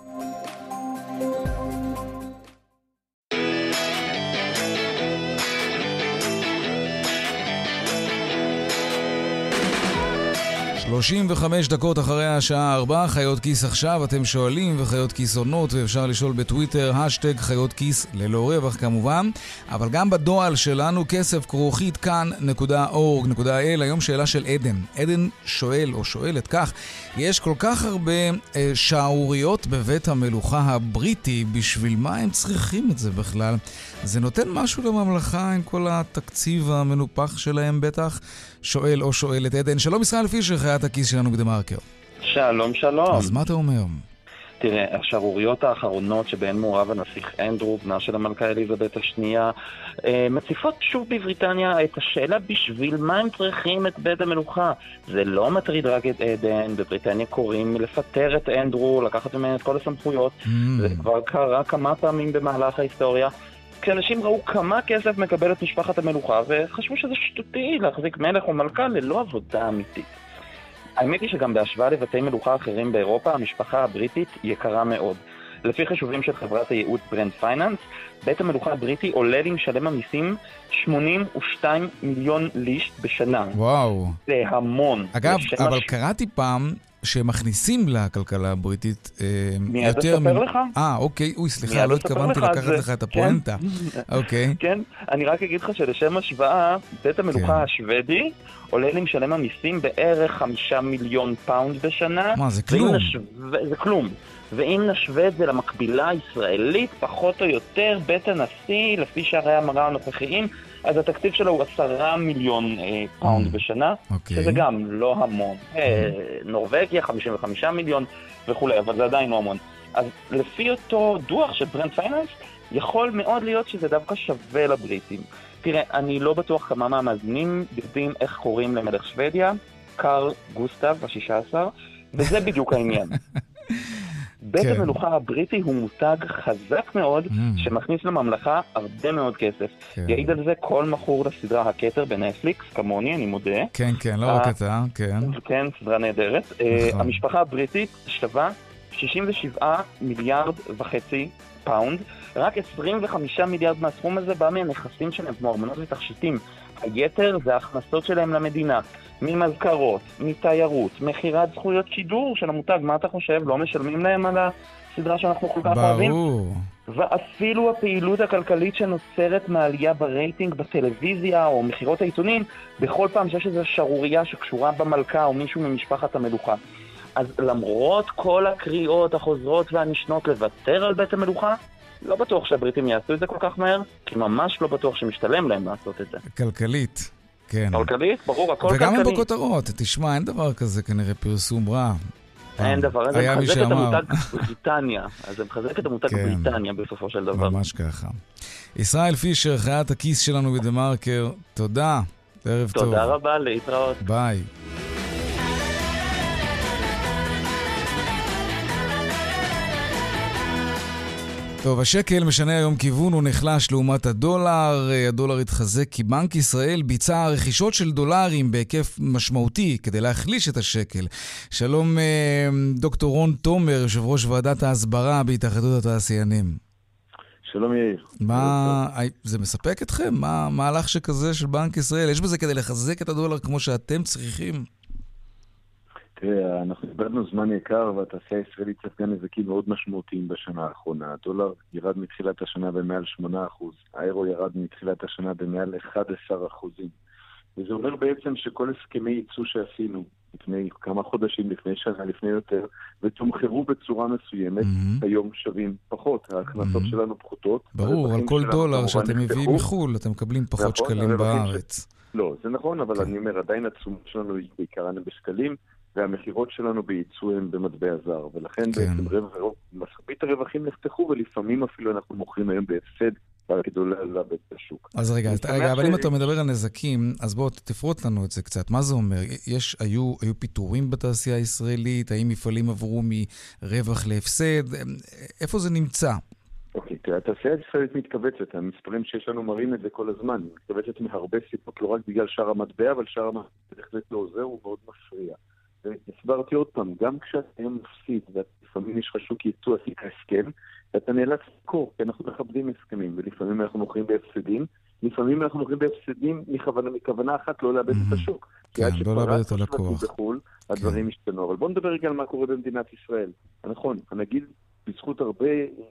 שלושים וחמש דקות אחרי השעה ארבע, חיות כיס עכשיו, אתם שואלים וחיות כיס עונות, ואפשר לשאול בטוויטר, השטג חיות כיס ללא רווח כמובן, אבל גם בדואל שלנו, כסף כרוכית כאן נקודה אורג נקודה אל. היום שאלה של עדן. עדן שואל או שואלת כך, יש כל כך הרבה אה, שערוריות בבית המלוכה הבריטי, בשביל מה הם צריכים את זה בכלל? זה נותן משהו לממלכה עם כל התקציב המנופח שלהם בטח? שואל או שואלת עדן. שלום ישראל פישר, חיית הכיס שלנו בדמרקר. שלום שלום. אז מה אתה אומר? תראה, השערוריות האחרונות שבהן מעורב הנסיך אנדרו, בנה של המלכה אליזבת השנייה, מציפות שוב בבריטניה את השאלה בשביל מה הם צריכים את בית המלוכה. זה לא מטריד רק את עדן, בבריטניה קוראים לפטר את אנדרו, לקחת ממנו את כל הסמכויות, mm. זה כבר קרה כמה פעמים במהלך ההיסטוריה. כשאנשים ראו כמה כסף מקבלת משפחת המלוכה וחשבו שזה שטותי להחזיק מלך או מלכה ללא עבודה אמיתית. האמת היא שגם בהשוואה לבתי מלוכה אחרים באירופה, המשפחה הבריטית יקרה מאוד. לפי חישובים של חברת הייעוץ ברנד פייננס, בית המלוכה הבריטי עולה למשלם המיסים שמונים ושתיים מיליון לישט בשנה. וואו. זה המון. אגב, בשנה אבל ש... קראתי פעם שמכניסים לכלכלה הבריטית מיד יותר... אספר מ... לך? אה, אוקיי. אוי, סליחה, לא התכוונתי לקחת זה... לך את הפואנטה. כן. אוקיי. כן, אני רק אגיד לך שלשם השוואה, בית המלוכה כן. השוודי עולה למשלם המיסים בערך חמישה מיליון פאונד בשנה. מה, זה כלום. נשו... זה כלום. ואם נשווה את זה למקבילה הישראלית, פחות או יותר, בית הנשיא, לפי שערי המראה הנוכחיים, אז התקציב שלו הוא עשרה מיליון אה, פאונד mm. בשנה, okay. שזה גם לא המון. Mm. אה, נורווגיה, חמישים וחמישה מיליון וכו', אבל זה עדיין לא המון. אז לפי אותו דוח של ברנד פייננס, יכול מאוד להיות שזה דווקא שווה לבריטים. תראה, אני לא בטוח כמה מהמאזינים יודעים איך קוראים למלך שוודיה, קארל גוסטב השישה עשר, וזה בדיוק העניין. בית כן. המלוכה הבריטי הוא מותג חזק מאוד mm. שמכניס לממלכה הרבה מאוד כסף. כן. יעיד על זה כל מכור לסדרה הכתר בנטפליקס, כמוני, אני מודה. כן, כן, לא רק אתה, כן. כן, סדרה נהדרת. נכון. Uh, המשפחה הבריטית שווה שישים ושבעה מיליארד וחצי פאונד. רק עשרים וחמישה מיליארד מהסכום הזה בא מהנכסים שלהם, כמו ארמונות ותכשיטים. היתר זה ההכנסות שלהם למדינה. ממזכרות, מתיירות, מחירת זכויות שידור של המותג. מה אתה חושב? לא משלמים להם על הסדרה שאנחנו כל כך אוהבים? ברור. ואפילו הפעילות הכלכלית שנוצרת מעלייה ברייטינג בטלוויזיה או מחירות העיתונים, בכל פעם שיש איזו שרוריה שקשורה במלכה או מישהו ממשפחת המלוכה. אז למרות כל הקריאות החוזרות והנשנות לוותר על בית המלוכה, לא בטוח שהבריטים יעשו את זה כל כך מהר, כי ממש לא בטוח שמשתלם להם לעשות את זה. כלכלית. כן. כלכלית, ברור, הכל כלכלי. וגם הם בכותרות, תשמע, אין דבר כזה כנראה פרסום רע. אין דבר, זה מחזק את המותג בריטניה, אז זה מחזק את המותג בריטניה בסופו של דבר. ממש ככה. ישראל פישר, חיית הכיס שלנו בדמרקר, תודה, ערב טוב. תודה רבה, להתראות. ביי. טוב, השקל משנה היום כיוון, הוא נחלש לעומת הדולר. הדולר התחזק כי בנק ישראל ביצע רכישות של דולרים בהיקף משמעותי כדי להחליש את השקל. שלום דוקטור רון תומר, יושב ראש ועדת ההסברה בהתאחדות התעשיינים. שלום יאיר. מה, זה מספק אתכם? מה מהלך שכזה של בנק ישראל? יש בזה כדי לחזק את הדולר כמו שאתם צריכים? תראה, אנחנו איבדנו זמן יקר והתעשייה הישראלית ספגה נזקים מאוד משמעותיים בשנה האחרונה. הדולר ירד מתחילת השנה במעל שמונה אחוז, האירו ירד מתחילת השנה במעל אחד עשר אחוזים. וזה אומר בעצם שכל הסכמי ייצוא שעשינו לפני כמה חודשים, לפני שנה, לפני יותר, ותומחרו בצורה מסוימת, mm-hmm. היום שווים פחות. ההכנסות mm-hmm. שלנו פחותות. ברור, על כל דולר שאתם מביאים מחול, אתם מקבלים פחות נכון, שקלים בארץ. ש... לא, זה נכון, אבל כן. אני אומר, עדיין התשומות שלנו היא בעיקרן בשקלים, והמחירות שלנו בייצוא הם במטבע זר, ולכן כן. בעצם רווח, מסבית הרווחים נחתכו, ולפעמים אפילו אנחנו מוכרים היום בהפסד, כדי לאבד את השוק. אז רגע, רגע, אבל אם אתה מדבר על נזקים, אז בוא תפרוט לנו את זה קצת. מה זה אומר? יש, היו, היו פיטורים בתעשייה הישראלית? האם מפעלים עברו מרווח להפסד? איפה זה נמצא? אוקיי, תראה, התעשייה הישראלית מתכווצת. המספרים שיש לנו מראים את זה כל הזמן. מתכווצת מהרבה סיבות, לא רק בגלל שער המטבע, אבל שער המטבע בהחלט לא עוזר, הוא מאוד מפריע. והסברתי עוד פעם, גם כשאתה היום מפסיד, ולפעמים יש לך שוק ייצוא עשית הסכם, אתה נאלץ לקור, כי אנחנו מכבדים הסכמים, ולפעמים אנחנו מוכרים בהפסדים, לפעמים אנחנו מוכרים בהפסדים מכוונה, מכוונה אחת לא לאבד את השוק. כן, לא לאבד את הלקוח. בחול, הדברים השתנו. אבל בואו נדבר רגע על מה קורה במדינת ישראל. נכון, הנגיד, בזכות הרבה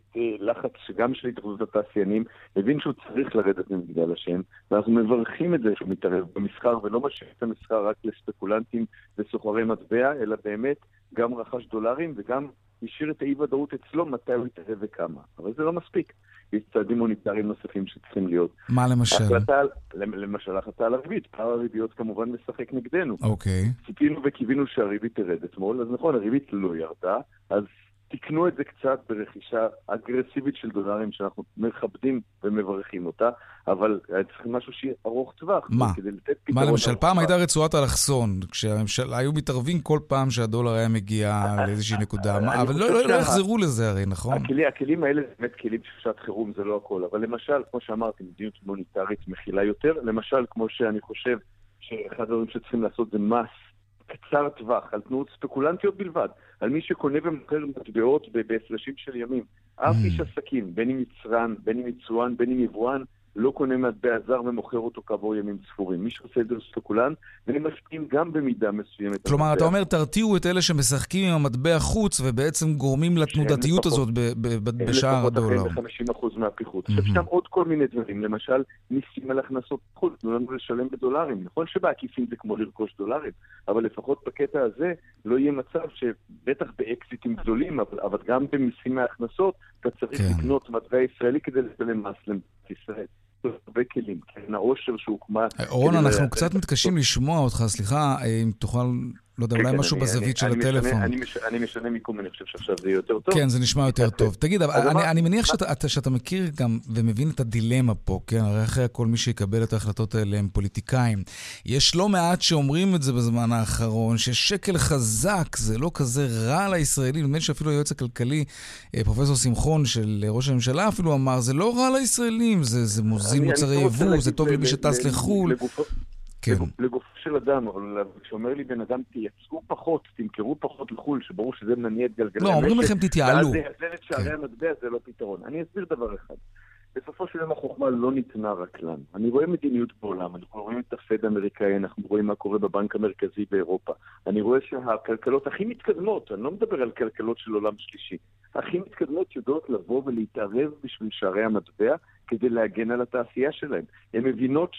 לחץ שגם של התאחדות התעשיינים, הבין שהוא צריך לרדת ממגדל השן, ואנחנו מברכים את זה שהוא מתערב במסחר, ולא משאיר את המסחר רק לספקולנטים וסוחרי מטבע, אלא באמת גם רכש דולרים וגם השאיר את האי-ודאות אצלו מתי הוא יתערב וכמה. אבל זה לא מספיק. יש צעדים מוניטריים נוספים שצריכים להיות. מה למשל? החלטה, למשל, החלטה על הריבית. פער הריביות כמובן משחק נגדנו. אוקיי. ציפינו וקיווינו שהריבית תרד אתמול, אז נכון, הריבית לא ירדה, אז תקנו את זה קצת ברכישה אגרסיבית של דולרים שאנחנו מכבדים ומברכים אותה, אבל צריך משהו שיהיה ארוך טווח. מה? מה למשל? פעם הייתה רצועת אלכסון, כשהממשלה היו מתערבים כל פעם שהדולר היה מגיע לאיזושהי נקודה, אבל לא יחזרו לזה הרי, נכון? הכלים האלה באמת כלים של שעת חירום, זה לא הכל, אבל למשל, כמו שאמרתי, מדיניות מוניטרית מכילה יותר, למשל, כמו שאני חושב שאחד הדברים שצריכים לעשות זה מס קצר טווח, על תנועות ספקולנטיות בלבד, על מי שקונה ומוכר מטבעות בהפרשים של ימים. אף איש עסקים, בין אם יצרן, בין אם יצואן, בין אם יבואן, לא קונה מטבע זר ומוכר אותו כעבור ימים ספורים. מי שעושה את זה ספקולנט, והם משקיעים גם במידה מסוימת. כלומר, אתה אומר, תרתיעו את אלה שמשחקים עם המטבע חוץ, ובעצם גורמים לתנודתיות הזאת בשער הדולר. הם ב-חמישים אחוז מהפיחות. עכשיו, שם עוד כל מיני דברים. למשל, ניסים על הכנסות חוץ, תנו לנו לשלם בדולרים. נכון שבעקיפין זה כמו לרכוש דולרים, אבל לפחות בקטע הזה לא יהיה מצב שבטח באקזיטים גדולים, אבל גם במיסים מההכנסות, אתה צריך לקנות מטבע ישראלי כדי לשלם מס למדינת ישראל. הרבה כלים, כן, העושר שהוקמה... אורון, אנחנו קצת מתקשים לשמוע אותך, סליחה, אם תוכל, לא יודע, אולי משהו בזווית של הטלפון. אני משנה מיקום, אני חושב שעכשיו זה יהיה יותר טוב. כן, זה נשמע יותר טוב. תגיד, אני מניח שאתה מכיר גם ומבין את הדילמה פה, כן? הרי אחרי כל מי שיקבל את ההחלטות האלה הם פוליטיקאים. יש לא מעט שאומרים את זה בזמן האחרון, ששקל חזק זה לא כזה רע לישראלים. נדמה לי שאפילו היועץ הכלכלי, פרופסור שמחון של ראש הממשלה אפילו אמר, זה לא רע לישראלים, זה מוזיל מוצרי יבוא, זה טוב למי שטס לחול. כן. לגוף של אדם, אבל כשאומר לי בן אדם, תייצרו פחות, תמכרו פחות לחול, שברור שזה מניע את גלגלי המשק. לא, אומרים לכם תתייעלו. ואז זה יעזר את שערי המטבע, זה לא פתרון. אני אסביר דבר אחד. בסופו של יום החוכמה לא ניתנה רק לנו. אני רואה מדיניות בעולם, אנחנו רואים את הפד האמריקאי, אנחנו רואים מה קורה בבנק המרכזי באירופה. אני רואה שהכלכלות הכי מתקדמות, אני לא מדבר על כלכלות של עולם שלישי, הכי מתקדמות יודעות לבוא ולהתערב בשביל שערי המטבע, כדי להגן על התעשייה שלהם. הן מבינות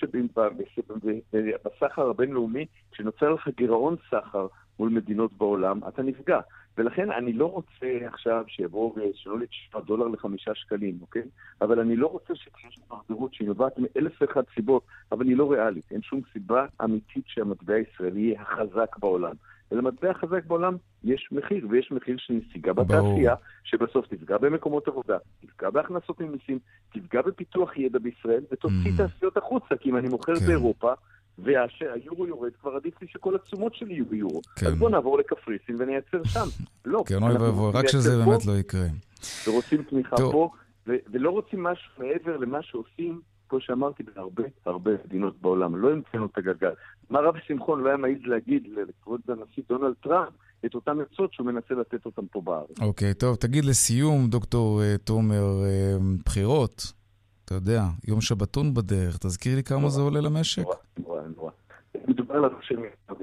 שבסחר הבינלאומי, כשנוצר לך גירעון סחר מול מדינות בעולם, אתה נפגע. ולכן אני לא רוצה עכשיו שיבואו ושלא לתשעה דולר לחמישה שקלים, אוקיי? אבל אני לא רוצה שתהיה שתחזרות שנובעת מאלף ואחת סיבות, אבל היא לא ריאלית. אין שום סיבה אמיתית שהמטבע הישראלי יהיה החזק בעולם. ולמטבע החזק בעולם יש מחיר, ויש מחיר של נסיגה בתעשייה, שבסוף תפגע במקומות עבודה, תפגע בהכנסות ממיסים, תפגע בפיתוח ידע בישראל, ותוציא תעשיות החוצה, כי אם אני מוכר באירופה, והיורו יורד, כבר עדיף לי שכל התשומות שלי יהיו ביורו. אז בוא נעבור לקפריסין ונייצר שם. לא. כן, רק שזה באמת לא יקרה. ורוצים תמיכה פה, ולא רוצים משהו מעבר למה שעושים, כמו שאמרתי, בהרבה, הרבה מדינות בעולם. לא המצאנו את הגלגל. מה רב שמחון לא היה מעיז להגיד לכבוד הנשיא דונלד טראמפ את אותם עצות שהוא מנסה לתת אותם פה בארץ. אוקיי, טוב, תגיד לסיום, דוקטור תומר, בחירות, אתה יודע, יום שבתון בדרך, תזכיר לי כמה זה עולה למשק? נורא, נורא. מדובר על עלות של...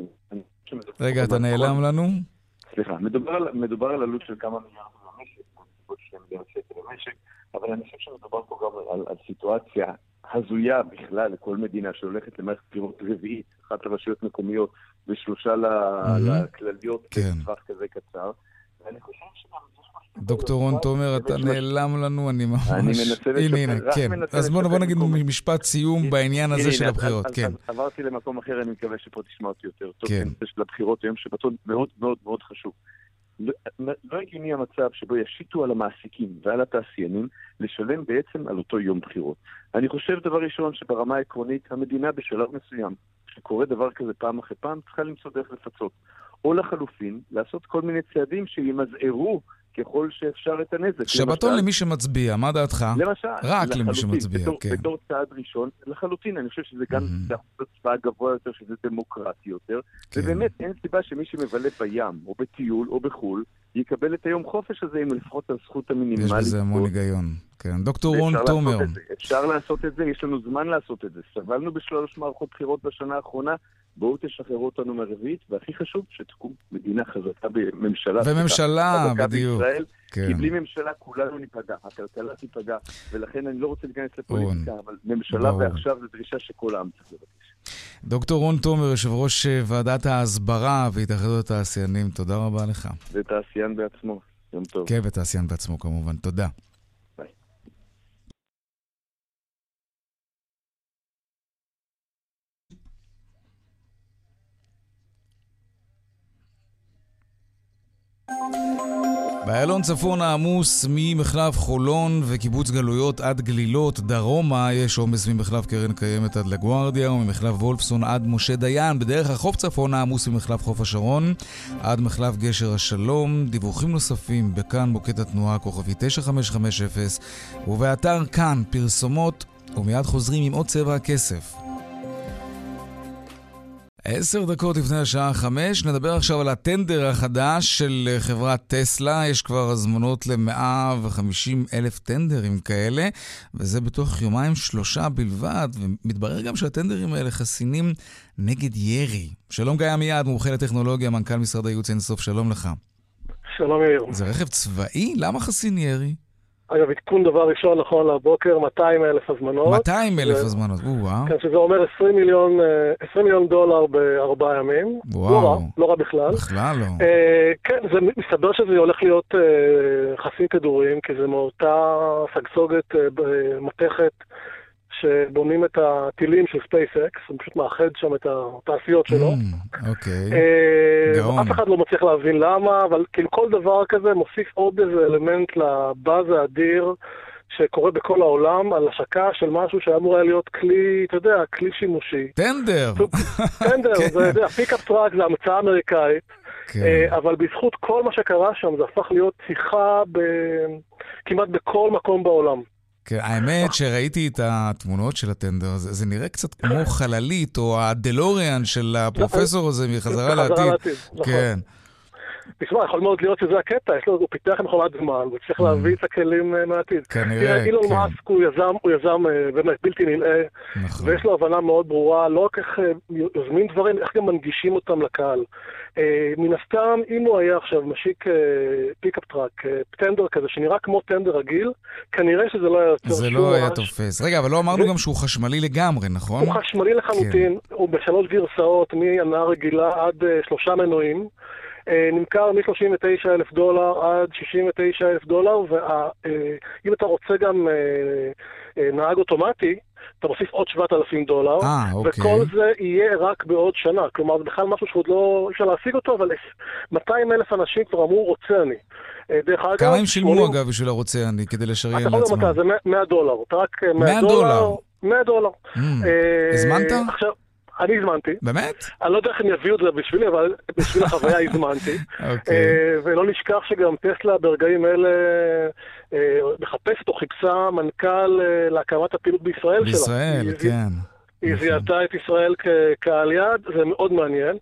רגע, אתה נעלם לנו? סליחה, מדובר על עלות של כמה מיליארדים למשק, עוד שני מיליארד שקל למשק, אבל אני חושב שמדובר פה גם על, על סיטואציה הזויה בכלל לכל מדינה שהולכת למערכת בחירות רביעית, אחת לרשויות מקומיות ושלושה mm-hmm. לכלליות, כן. בטווח כזה קצר. ואני חושב שגם יש דוקטור רון תומר, אתה נעלם לנו, אני ממש... אני מנסה לשפר, הנה, הנה, כן. אז בוא נגיד משפט סיום בעניין הזה של הבחירות, כן. עברתי למקום אחר, אני מקווה שפה תשמע אותי יותר טוב. כן. של הבחירות היום שבתון מאוד מאוד מאוד חשוב. לא הגיוני המצב שבו ישיתו על המעסיקים ועל התעשיינים לשלם בעצם על אותו יום בחירות. אני חושב דבר ראשון שברמה העקרונית המדינה בשלב מסוים, שקורה דבר כזה פעם אחרי פעם, צריכה למצוא דרך לפצות. או לחלופין, לעשות כל מיני צעדים שימזערו ככל שאפשר את הנזק. שבתון למי שמצביע, מה דעתך? למשל, רק למי שמצביע, בתור, כן. בתור צעד ראשון, לחלוטין, אני חושב שזה גם mm-hmm. צבא גבוה יותר, שזה דמוקרטי יותר, כן. ובאמת אין סיבה שמי שמבלה בים, או בטיול, או בחול, יקבל את היום חופש הזה, עם לפחות הזכות המינימלית. יש בזה המון היגיון. כן. דוקטור רון תומר. אפשר לעשות את זה, יש לנו זמן לעשות את זה. סבלנו בשלוש מערכות בחירות בשנה האחרונה, בואו תשחררו אותנו מהרביעית, והכי חשוב שתקום מדינה חזקה בממשלה. וממשלה, בדיוק. בישראל, כן. כי בלי ממשלה כולנו ניפגע, הכלכלה תיפגע, ולכן אני לא רוצה להיכנס לפוליטיקה, אבל ממשלה ועכשיו זו דרישה שכל העם צריך לבקש. דוקטור רון תומר, יושב ראש ועדת ההסברה והתאחדות התעשיינים, תודה רבה לך. ותעשיין בעצמו, יום טוב. כן, ותעשיין בעצמו כמובן, תודה. באיילון צפון העמוס ממחלף חולון וקיבוץ גלויות עד גלילות, דרומה יש עומס ממחלף קרן קיימת עד לגוארדיה וממחלף וולפסון עד משה דיין. בדרך החוף צפון העמוס ממחלף חוף השרון עד מחלף גשר השלום. דיווחים נוספים בכאן מוקד התנועה כוכבי תשע חמש חמש אפס ובאתר כאן פרסומות, ומיד חוזרים עם עוד צבע הכסף. עשר דקות לפני השעה חמש, נדבר עכשיו על הטנדר החדש של חברת טסלה. יש כבר הזמנות ל-מאה וחמישים אלף טנדרים כאלה, וזה בתוך יומיים שלושה בלבד, ומתברר גם שהטנדרים האלה חסינים נגד ירי. שלום גיא עמיעד, מומחה לטכנולוגיה, מנכ"ל משרד הייעוץ אינסוף, שלום לך. שלום יאיר. זה רכב צבאי? למה חסין ירי? אגב, עדכון דבר ראשון נכון לבוקר, מאתיים אלף הזמנות. מאתיים אלף הזמנות, וואו. כן, שזה אומר עשרים מיליון דולר בארבעה ימים. וואו. לא רע, לא רע בכלל. בכלל לא. כן, זה מסתבר שזה הולך להיות חסין כדורים, כי זה מאותה סגסוגת מתכת שבונים את הטילים של SpaceX, הוא פשוט מאחד שם את התעשיות שלו. אוקיי. אף אחד לא מצליח להבין למה, אבל כאילו כל דבר כזה מוסיף עוד איזה אלמנט לבאז האדיר שקורה בכל העולם, על השקה של משהו שאמור היה להיות כלי, אתה יודע, כלי שימושי. טנדר. טנדר, זה הפיקאפ טראק, זה המצאה אמריקאית, אבל בזכות כל מה שקרה שם, זה הפך להיות שיחה כמעט בכל מקום בעולם. כן, האמת שראיתי את התמונות של הטנדר, זה, זה נראה קצת כמו חללית, או הדלוריאן של הפרופסור הזה מחזרה לעתיד. כן. תשמע, יכול מאוד להיות שזה הקטע, יש לו, הוא פיתח מכונת זמן, הוא צריך להביא את הכלים מהעתיד. כנראה, אילון מאסק הוא יזם, הוא יזם באמת בלתי נלאה, ויש לו הבנה מאוד ברורה, לא רק איך יוזמים דברים, איך גם מנגישים אותם לקהל. מן הסתם, אם הוא היה עכשיו משיק פיקאפ טראק, טנדר כזה, שנראה כמו טנדר רגיל, כנראה שזה לא היה יותר... זה לא היה תופס. רגע, אבל לא אמרנו גם שהוא חשמלי לגמרי, נכון? הוא חשמלי לחלוטין, הוא בשלוש גרסאות, מהנעה רגילה עד שלושה מנועים, נמכר מ-שלושים ותשעה אלף דולר עד שישים ותשעה אלף דולר, ואם אתה רוצה גם נהג אוטומטי, אתה מוסיף עוד שבעת אלפים דולר, וכל זה יהיה רק בעוד שנה. כלומר, זה בכלל משהו שעוד לא אפשר להשיג אותו, אבל מאתיים אלף אנשים כבר אמרו רוצה אני. כמה הם שילמו אגב בשביל הרוצה אני, כדי לשריין לעצמם? זה מאה דולר. אתה רק מאה דולר? מאה דולר. הזמנת? עכשיו... אני הזמנתי. באמת? אני לא יודע איך הם יביאו את זה בשבילי, אבל בשביל החוויה הזמנתי. ולא נשכח שגם טסלה ברגעים אלה מחפשת או חיפשה מנכ"ל להקמת הפעילות בישראל שלה. בישראל, כן. היא זיהתה את ישראל כקהל יד, זה מאוד מעניין.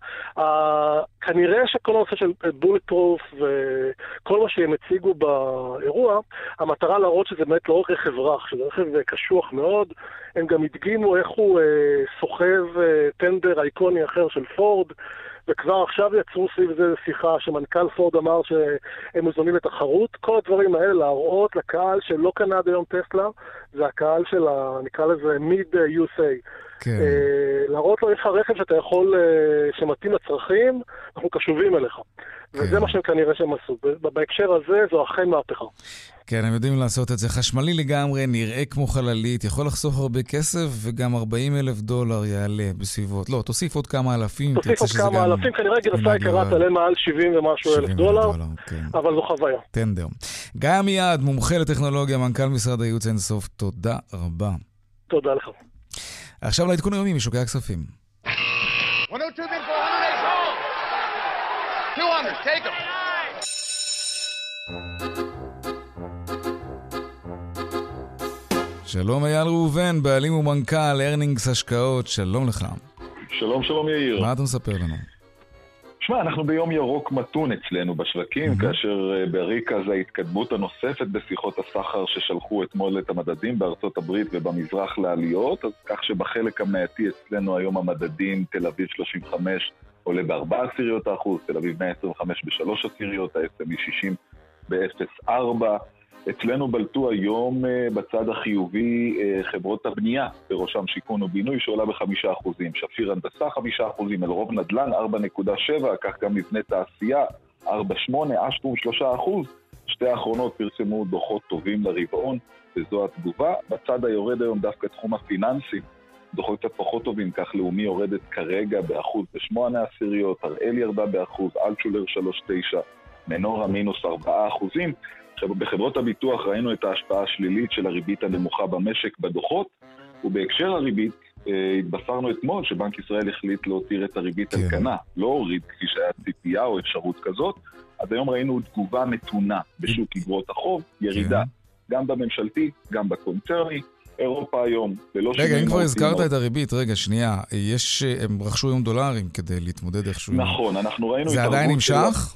כנראה שכל הנושא של בולט פרוף וכל מה שהם הציגו באירוע, המטרה להראות שזה באמת לא רכב רך, שזה רכב קשוח מאוד. הם גם הדגימו איך הוא סוחב טנדר אייקוני אחר של פורד, וכבר עכשיו יצרו סביב זה שיחה שמנכ"ל פורד אמר שהם מזונים לתחרות. כל הדברים האלה להראות לקהל שלא קנה עד היום טסלה, זה הקהל של, נקרא לזה מיד יו אס איי. כן. להראות לו, יש לך רכב שאתה יכול, שמתאים לצרכים, אנחנו קשובים אליך. כן. וזה מה שהם כנראה שהם עשו. בהקשר הזה זו אכן מהפכה. כן, הם יודעים לעשות את זה. חשמלי לגמרי, נראה כמו חללית, יכול לחסוך הרבה כסף, וגם ארבעים אלף דולר יעלה בסביבות. לא, תוסיף עוד כמה אלפים. תוסיף עוד כמה גם... אלפים, כנראה גרסה יקרה תעלה מעל שבעים ומשהו אלף דולר, דולר כן. אבל זו חוויה. טנדר. גיא עמיעד, מומחה לטכנולוגיה, מנכ"ל משרד הייעוץ אינסוף, תודה רבה. תודה לך. עכשיו לעדכון היומי משוקי הכספים. שלום אייל ראובן, בעלים ומנכ"ל ארנינגס השקעות, שלום לך. שלום שלום יאיר. מה אתה מספר לנו? שמע, אנחנו ביום ירוק מתון אצלנו בשווקים, mm-hmm. כאשר בריקה זה ההתקדמות הנוספת בשיחות הסחר ששלחו אתמול את המדדים בארצות הברית ובמזרח לעליות, אז כך שבחלק המנייתי אצלנו היום המדדים תל אביב שלושים וחמש עולה בארבע עשיריות האחוז, תל אביב מאה עשרים וחמש בשלוש עשיריות, ה-אס אם אי שישים ב-אפס נקודה ארבע. אצלנו בלטו היום בצד החיובי חברות הבנייה, בראשם שיכון ובינוי שעולה בחמישה אחוזים, שפיר הנדסה חמישה אחוזים, אלרוב נדל"ן ארבע נקודה שבע, כך גם מבנה תעשייה ארבע נקודה שמונה, אשטרום שלושה אחוז. שתי האחרונות פרסמו דוחות טובים לרבעון, וזו התגובה. בצד היורד היום דווקא תחום הפיננסי, דוחות קצת פחות טובים, כך לאומי יורדת כרגע באחוז בשמונה עשיריות, הראל ירדה באחוז, אלטשולר שלוש נקודה תשע, מנורה מינוס ארבעה אחוזים. בחברות הביטוח ראינו את ההשפעה השלילית של הריבית הנמוכה במשק בדוחות, ובהקשר הריבית התבשרנו אתמול שבנק ישראל החליט להותיר את הריבית על כנה, לא הוריד כפי שהיה ציפייה או אפשרות כזאת. אז היום ראינו תגובה מתונה בשוק אגרות החוב, ירידה גם בממשלתי, גם בקונצרני. אירופה היום, ללא שינוי. רגע, אם כבר הזכרת את הריבית, רגע, שנייה, יש, הם רכשו היום דולרים כדי להתמודד איכשהו. נכון, אנחנו ראינו... זה עדיין נמשך?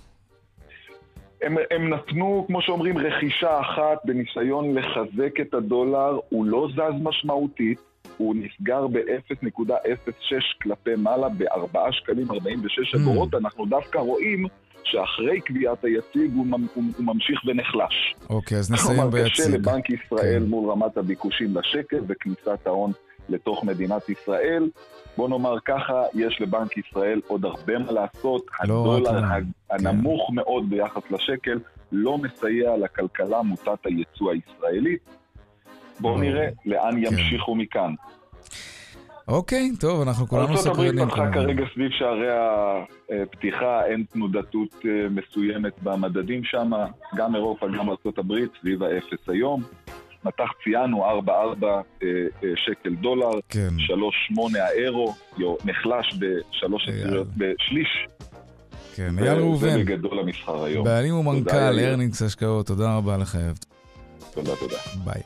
הם, הם נתנו, כמו שאומרים, רכישה אחת בניסיון לחזק את הדולר, הוא לא זז משמעותית, הוא נסגר ב-אפס נקודה אפס שש כלפי מעלה, ב-ארבעה שקלים ארבעים ושש אגורות, אנחנו דווקא רואים שאחרי קביעת היציג הוא, הוא, הוא ממשיך ונחלש. אוקיי, אז נסיים ביציג. קשה לבנק ישראל כן. מול רמת הביקושים לשקל וכניסת ההון לתוך מדינת ישראל. בוא נאמר ככה, יש לבנק ישראל עוד הרבה מה לעשות. לא הדולר הנמוך כן. מאוד ביחס לשקל לא מסייע לכלכלה מוטת הייצוא הישראלית. בואו לא. נראה לאן כן. ימשיכו מכאן. אוקיי, טוב, אנחנו כולנו סקרנים. ארצות הברית פתחה כרגע סביב שערי הפתיחה, אין תנודתות מסוימת במדדים שם, גם אירופה, גם ארצות הברית, סביב האפס היום. מתח ציינו ארבע נקודה ארבע שקל דולר, כן. שלוש נקודה שמונה האירו, נחלש בשלוש עשיריות בשליש. כן, אייל ראובן. זה בגדול המסחר היום. בעלים ומנכ"ל ארנינגס השקעות, תודה רבה לך. תודה, תודה. ביי.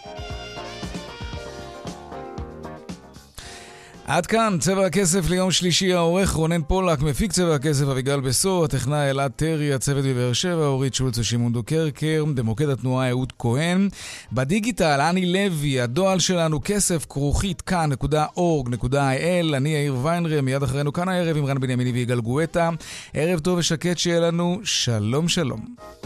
עד כאן צבע הכסף ליום שלישי, העורך רונן פולק, מפיק צבע הכסף אביגל בסור, הטכנאי אלעד טרי, הצוות בבאר שבע, אורית שולץ ושימון דוקרקר, במוקד התנועה אהוד כהן, בדיגיטל אני לוי, הדואל שלנו כסף כרוכית כאן נקודה אורג נקודה איי אל, אני יאיר ויינרב, מיד אחרינו כאן הערב עם רן בנימיני ויגאל גואטה. ערב טוב ושקט שיהיה לנו, שלום שלום.